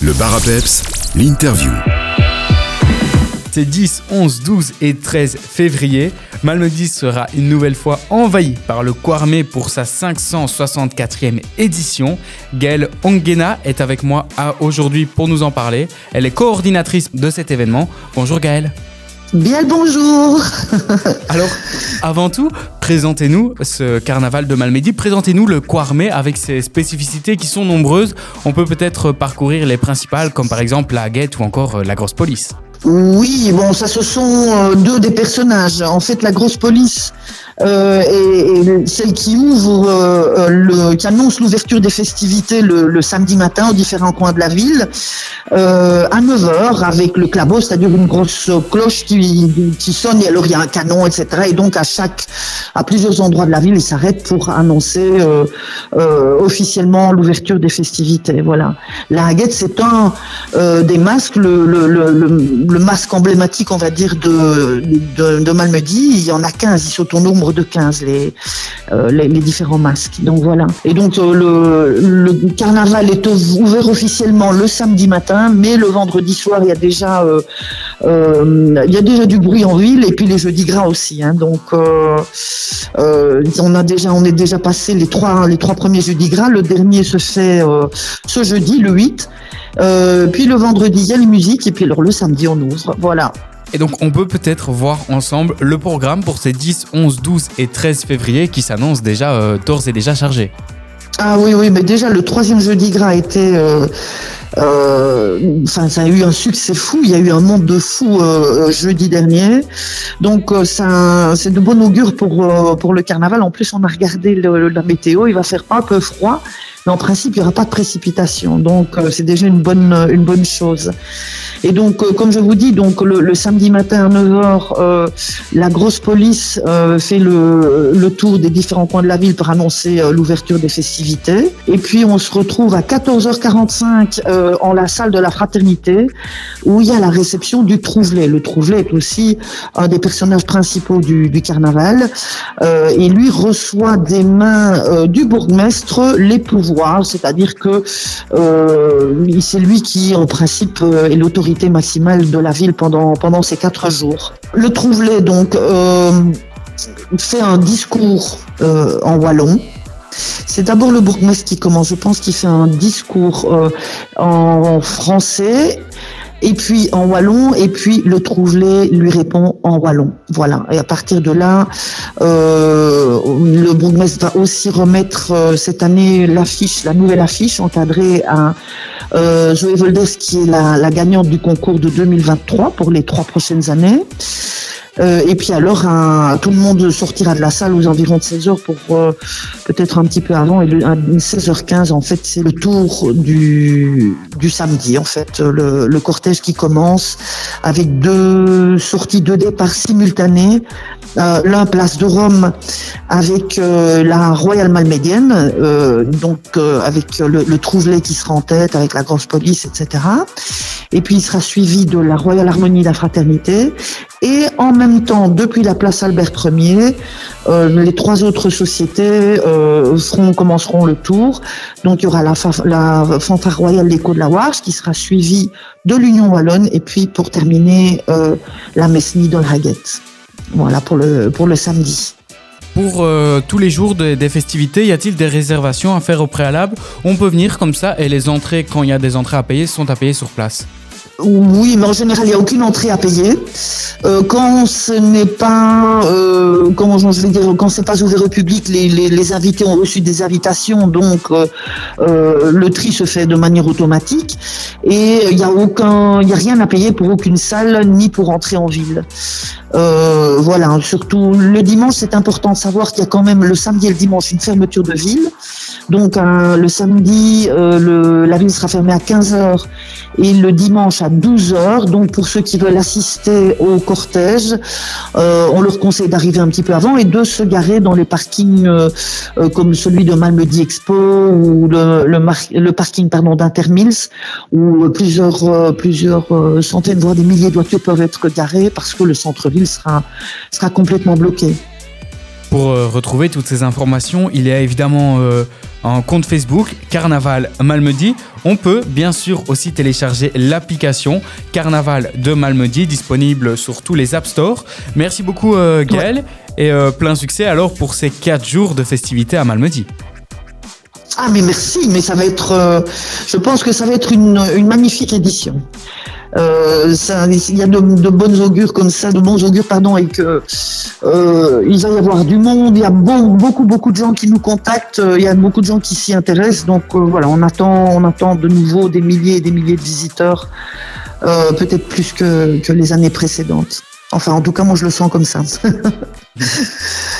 Le Bar à Peps, l'interview. C'est 10, 11, 12 et 13 février. Malmedy sera une nouvelle fois envahi par le Kwarmé pour sa 564e édition. Gaëlle Ongena est avec moi aujourd'hui pour nous en parler. Elle est coordinatrice de cet événement. Bonjour Gaëlle. Bien le bonjour. Alors, avant tout, présentez-nous ce carnaval de Malmedy. Présentez-nous le Kwarmé avec ses spécificités qui sont nombreuses. On peut peut-être parcourir les principales comme par exemple la Guette ou encore la Grosse Police. Oui, bon, ça ce sont deux des personnages. En fait, la Grosse Police est celle qui ouvre, qui annonce l'ouverture des festivités le samedi matin aux différents coins de la ville à 9h avec le clabot, c'est-à-dire une grosse cloche qui sonne. Et alors il y a un canon, etc. Et donc à plusieurs endroits de la ville, ils s'arrêtent pour annoncer officiellement l'ouverture des festivités. Voilà. La Guette, c'est un des masques, le masque emblématique, on va dire, de Malmedy. Il y en a 15, ils sont au nombre de 15, les différents masques. Donc voilà. Et donc le carnaval est ouvert officiellement le samedi matin, mais le vendredi soir, il y a déjà du bruit en ville, et puis les jeudis gras aussi. Hein. Donc on est déjà passé les trois premiers jeudis gras. Le dernier se fait ce jeudi, le 8. Puis le vendredi, il y a les musiques, et puis alors le samedi, on ouvre. Voilà. Et donc, on peut peut-être voir ensemble le programme pour ces 10, 11, 12 et 13 février qui s'annonce déjà d'ores et déjà chargé. Ah oui, mais déjà, le troisième jeudi gras a été... ça a eu un succès fou. Il y a eu un monde de fous jeudi dernier. Donc, c'est de bon augure pour le carnaval. En plus, on a regardé la météo. Il va faire un peu froid. Mais en principe, il n'y aura pas de précipitation. Donc, c'est déjà une bonne chose. Et donc, comme je vous dis, donc le samedi matin à 9h, la Grosse Police fait le tour des différents coins de la ville pour annoncer l'ouverture des festivités. Et puis, on se retrouve à 14h45 en la salle de la Fraternité, où il y a la réception du Trouvelet. Le Trouvelet est aussi un des personnages principaux du carnaval. Et lui reçoit des mains du bourgmestre les pouvoirs, c'est-à-dire que c'est lui qui, en principe, est l'autorité maximale de la ville pendant ces 4 jours. Le Trouvelet, donc, fait un discours en wallon. C'est d'abord le bourgmestre qui commence. Je pense qu'il fait un discours en français, et puis en wallon, et puis le Trouvelet lui répond en wallon. Voilà. Et à partir de là, le bourgmestre va aussi remettre cette année la nouvelle affiche encadrée à Zoé Volders, qui est la gagnante du concours de 2023 pour les 3 prochaines années. Et puis alors, tout le monde sortira de la salle aux environs de 16h pour peut-être un petit peu avant. Et 16h15, en fait, c'est le tour du samedi. En fait, le cortège qui commence avec 2 sorties de départ simultanées. L'un place de Rome avec la Royale Malmédienne, avec le Trouvelet qui sera en tête, avec la Grosse Police, etc. Et puis il sera suivi de la Royale Harmonie de la Fraternité. Et en même temps, depuis la place Albert Ier, les 3 autres sociétés commenceront le tour. Donc il y aura la fanfare royale des Côtes de la Warche qui sera suivie de l'Union Wallonne, et puis pour terminer la Mesnie de la Guette. Voilà pour le samedi. Pour tous les jours des festivités, y a-t-il des réservations à faire au préalable? On peut venir comme ça, et les entrées, quand il y a des entrées à payer, sont à payer sur place? Oui, mais en général, il n'y a aucune entrée à payer. Quand ce n'est pas, quand c'est pas ouvert au public, les invités ont reçu des invitations, donc le tri se fait de manière automatique, et il y a rien à payer pour aucune salle ni pour entrer en ville. Voilà, surtout le dimanche, c'est important de savoir qu'il y a quand même le samedi et le dimanche une fermeture de ville. Donc le samedi, la ville sera fermée à 15h et le dimanche à 12h. Donc pour ceux qui veulent assister au cortège, on leur conseille d'arriver un petit peu avant et de se garer dans les parkings comme celui de Malmedy Expo ou le parking d'Intermills, où plusieurs centaines voire des milliers de voitures peuvent être garées parce que le centre-ville sera complètement bloqué. Pour retrouver toutes ces informations, il y a évidemment un compte Facebook Carnaval Malmedy. On peut bien sûr aussi télécharger l'application Carnaval de Malmedy, disponible sur tous les App Store. Merci beaucoup Gaëlle et plein succès alors pour ces 4 jours de festivités à Malmedy. Ah mais merci, mais ça va être, je pense que ça va être une magnifique édition. Il y a de bons augures comme ça, et que il va y avoir du monde. Il y a beaucoup de gens qui nous contactent. Il y a beaucoup de gens qui s'y intéressent. Donc voilà, on attend de nouveau des milliers et des milliers de visiteurs, peut-être plus que les années précédentes. Enfin, en tout cas, moi je le sens comme ça.